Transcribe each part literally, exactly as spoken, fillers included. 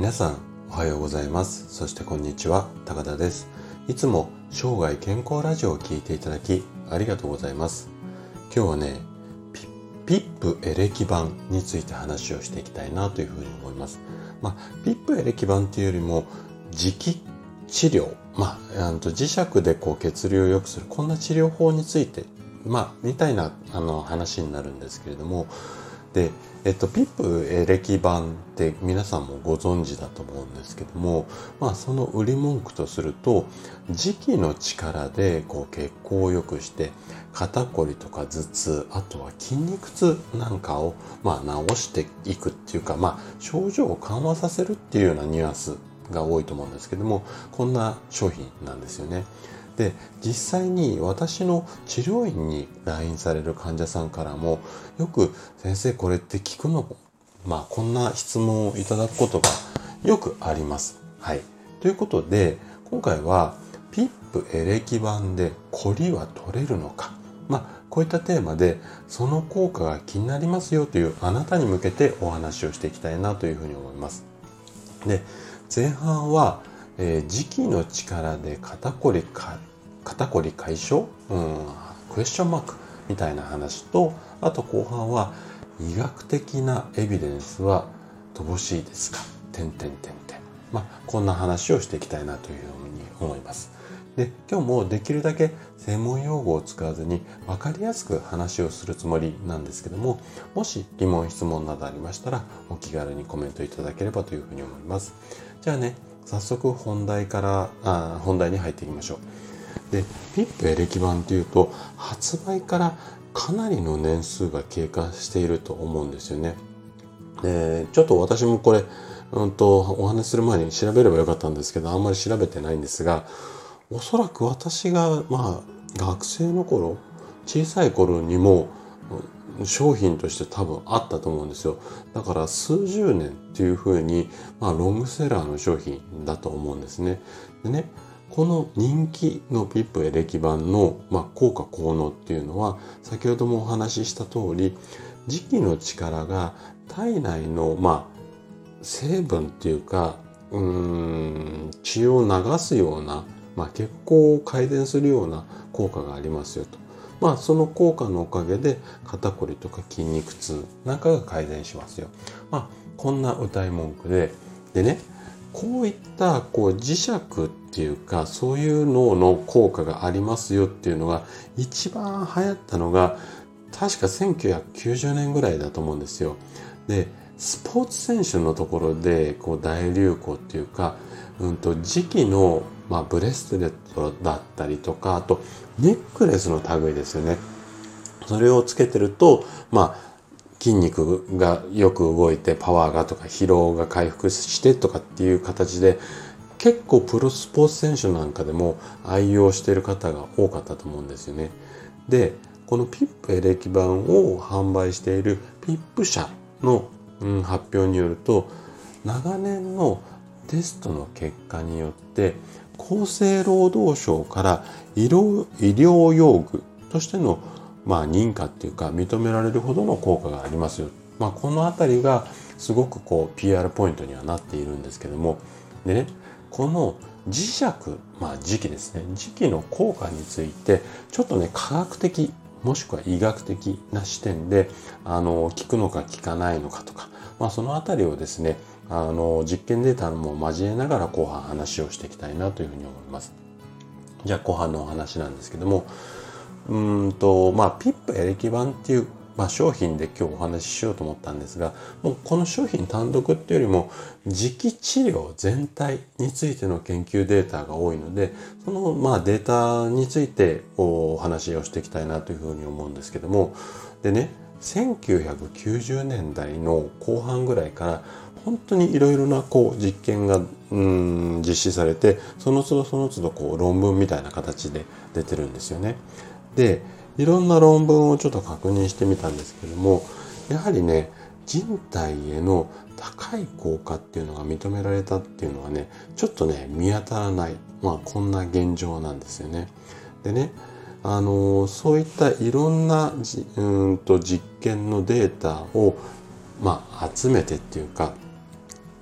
皆さんおはようございます。そしてこんにちは、高田です。いつも生涯健康ラジオを聞いていただきありがとうございます。今日はねピ, ピップエレキ板について話をしていきたいなというふうに思います。まあ、ピップエレキ板っていうよりも磁気治療、まあ、あの磁石でこう血流を良くするこんな治療法について、まあ、みたいなあの話になるんですけれども、で、えっと、ピップエレキ板って皆さんもご存知だと思うんですけども、まあ、その売り文句とすると磁気の力でこう血行を良くして肩こりとか頭痛、あとは筋肉痛なんかをまあ治していくっていうか、まあ、症状を緩和させるっていうようなニュアンスが多いと思うんですけども、こんな商品なんですよね。で、実際に私の治療院に来院される患者さんからもよく先生これって効くの？まあこんな質問をいただくことがよくあります。はい。ということで今回はピップエレキ板でコリは取れるのか、まあこういったテーマでその効果が気になりますよというあなたに向けてお話をしていきたいなというふうに思います。で、前半は、えー、磁気の力で肩こりか肩こり解消、うん、クエスチョンマークみたいな話と、あと後半は医学的なエビデンスは乏しいですか？点点点点。まあこんな話をしていきたいなというふうに思います。で、今日もできるだけ専門用語を使わずに分かりやすく話をするつもりなんですけども、もし疑問質問などありましたらお気軽にコメントいただければというふうに思います。じゃあね、早速本題からあ本題に入っていきましょう。で、ピップエレキ板っていうと発売からかなりの年数が経過していると思うんですよね。で、ちょっと私もこれ、うんと、お話しする前に調べればよかったんですけど、あんまり調べてないんですが、おそらく私がまあ学生の頃、小さい頃にも商品として多分あったと思うんですよ。だから数十年っていう風に、まあロングセラーの商品だと思うんですね。でね、この人気のピップエレキ板の、まあ、効果効能っていうのは先ほどもお話しした通り、磁気の力が体内の、まあ、成分っていうかうーん血を流すような、まあ、血行を改善するような効果がありますよと。まあその効果のおかげで肩こりとか筋肉痛なんかが改善しますよ。まあこんな謳い文句で、でね、こういったこう磁石っていうかそういうのの効果がありますよっていうのが一番流行ったのが確かせんきゅうひゃくきゅうじゅうねんぐらいだと思うんですよ。で、スポーツ選手のところでこう大流行っていうか、うんと磁気のまあブレスレットだったりとか、あとネックレスの類ですよね。それをつけてると、まあ筋肉がよく動いてパワーがとか疲労が回復してとかっていう形で結構プロスポーツ選手なんかでも愛用している方が多かったと思うんですよね。で、このピップエレキ板を販売しているピップ社の、うん、発表によると、長年のテストの結果によって厚生労働省から医療、医療用具としてのまあ認可っていうか認められるほどの効果がありますよ。まあこのあたりがすごくこう ピーアール ポイントにはなっているんですけども、でね、この磁石、まあ磁気ですね、磁気の効果についてちょっとね科学的もしくは医学的な視点であの効くのか効かないのかとか、まあそのあたりをですね、あの実験データも交えながら後半話をしていきたいなというふうに思います。じゃあ後半のお話なんですけども、うーんとまあピップエレキ板っていう、まあ、商品で今日お話ししようと思ったんですが、もうこの商品単独っていうよりも磁気治療全体についての研究データが多いので、そのまあデータについてお話をしていきたいなというふうに思うんですけども、でね、せんきゅうひゃくきゅうじゅうねんだいの後半ぐらいから本当にいろいろなこう実験がうーん実施されて、その都度その都度こう論文みたいな形で出てるんですよね。で、いろんな論文をちょっと確認してみたんですけども、やはりね、人体への高い効果っていうのが認められたっていうのはね、ちょっとね、見当たらない。まあ、こんな現状なんですよね。でね、あのー、そういったいろんなじうーんと実験のデータを、まあ、集めてっていうか、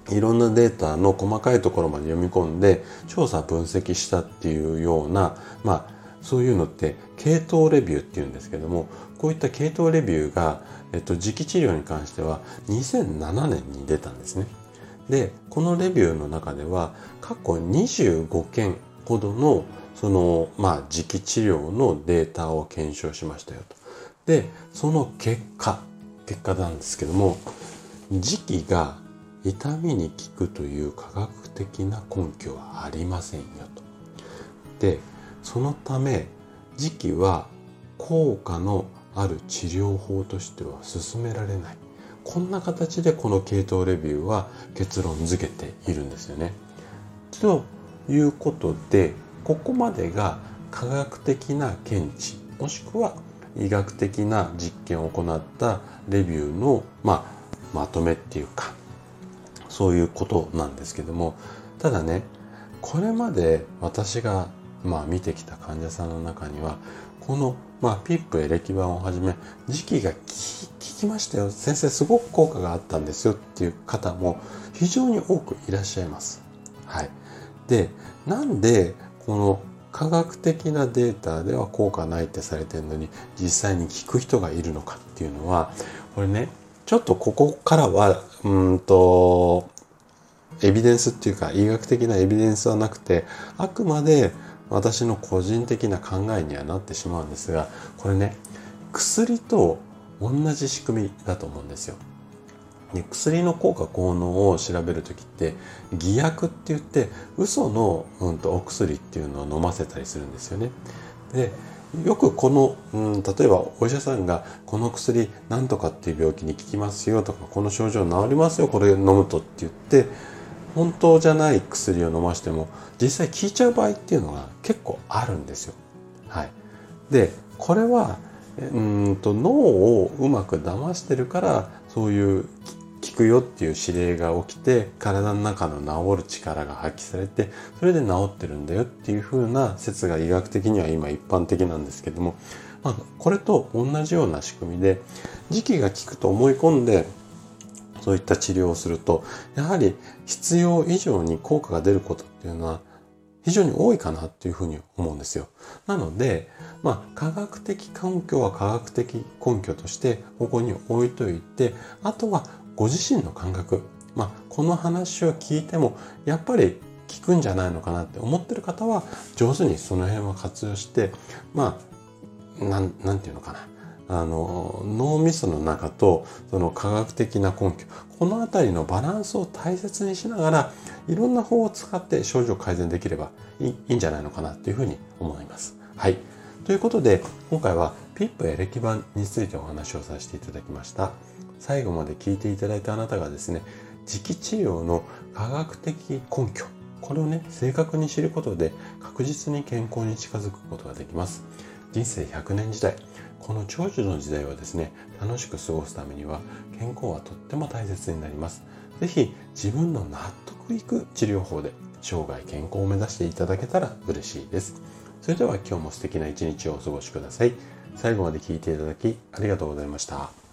いろんなデータの細かいところまで読み込んで調査分析したっていうような、まあそういうのって系統レビューっていうんですけども、こういった系統レビューが、えっと、磁気治療に関してはにせんななねんに出たんですね。で、このレビューの中では過去にじゅうごけんほどのその、まあ、磁気治療のデータを検証しましたよと。で、その結果、結果なんですけども、磁気が痛みに効くという科学的な根拠はありませんよと。で、そのため磁気は効果のある治療法としては進められない。こんな形でこの系統レビューは結論付けているんですよね。ということで、ここまでが科学的な見地、もしくは医学的な実験を行ったレビューの、まあ、まとめっていうか、そういうことなんですけども、ただね、これまで私がまあ見てきた患者さんの中には、この、まあ、ピップエレキバンをはじめ磁気が効きましたよ、先生すごく効果があったんですよっていう方も非常に多くいらっしゃいます。はい。で、なんでこの科学的なデータでは効果ないってされてるのに実際に効く人がいるのかっていうのは、これね、ちょっとここからはうーんとエビデンスっていうか医学的なエビデンスはなくて、あくまで私の個人的な考えにはなってしまうんですが、これね、薬と同じ仕組みだと思うんですよ。で、薬の効果効能を調べるときって偽薬って言って嘘の、うん、とお薬っていうのを飲ませたりするんですよね。で、よくこの、うん、例えばお医者さんがこの薬なんとかっていう病気に効きますよとか、この症状治りますよこれ飲むとって言って本当じゃない薬を飲ましても実際効いちゃう場合っていうのが結構あるんですよ。はい。で、これはうんと脳をうまく騙してるからそういう効くよっていう指令が起きて体の中の治る力が発揮されて、それで治ってるんだよっていう風な説が医学的には今一般的なんですけども、まあ、これと同じような仕組みで磁気が効くと思い込んでそういった治療をすると、やはり必要以上に効果が出ることっていうのは非常に多いかなっていうふうに思うんですよ。なので、まあ、科学的根拠は科学的根拠としてここに置いといて、あとはご自身の感覚、まあ、この話を聞いてもやっぱり効くんじゃないのかなって思ってる方は上手にその辺は活用して、まあ、なん、なんていうのかな。あの脳みその中とその科学的な根拠、このあたりのバランスを大切にしながらいろんな方を使って症状改善できればいい、いいんじゃないのかなというふうに思います。はい。ということで今回はピップエレキバンについてお話をさせていただきました。最後まで聞いていただいたあなたがですね、磁気治療の科学的根拠、これをね正確に知ることで確実に健康に近づくことができます。人生ひゃくねん時代、この長寿の時代はですね、楽しく過ごすためには健康はとっても大切になります。ぜひ自分の納得いく治療法で生涯健康を目指していただけたら嬉しいです。それでは今日も素敵な一日をお過ごしください。最後まで聞いていただきありがとうございました。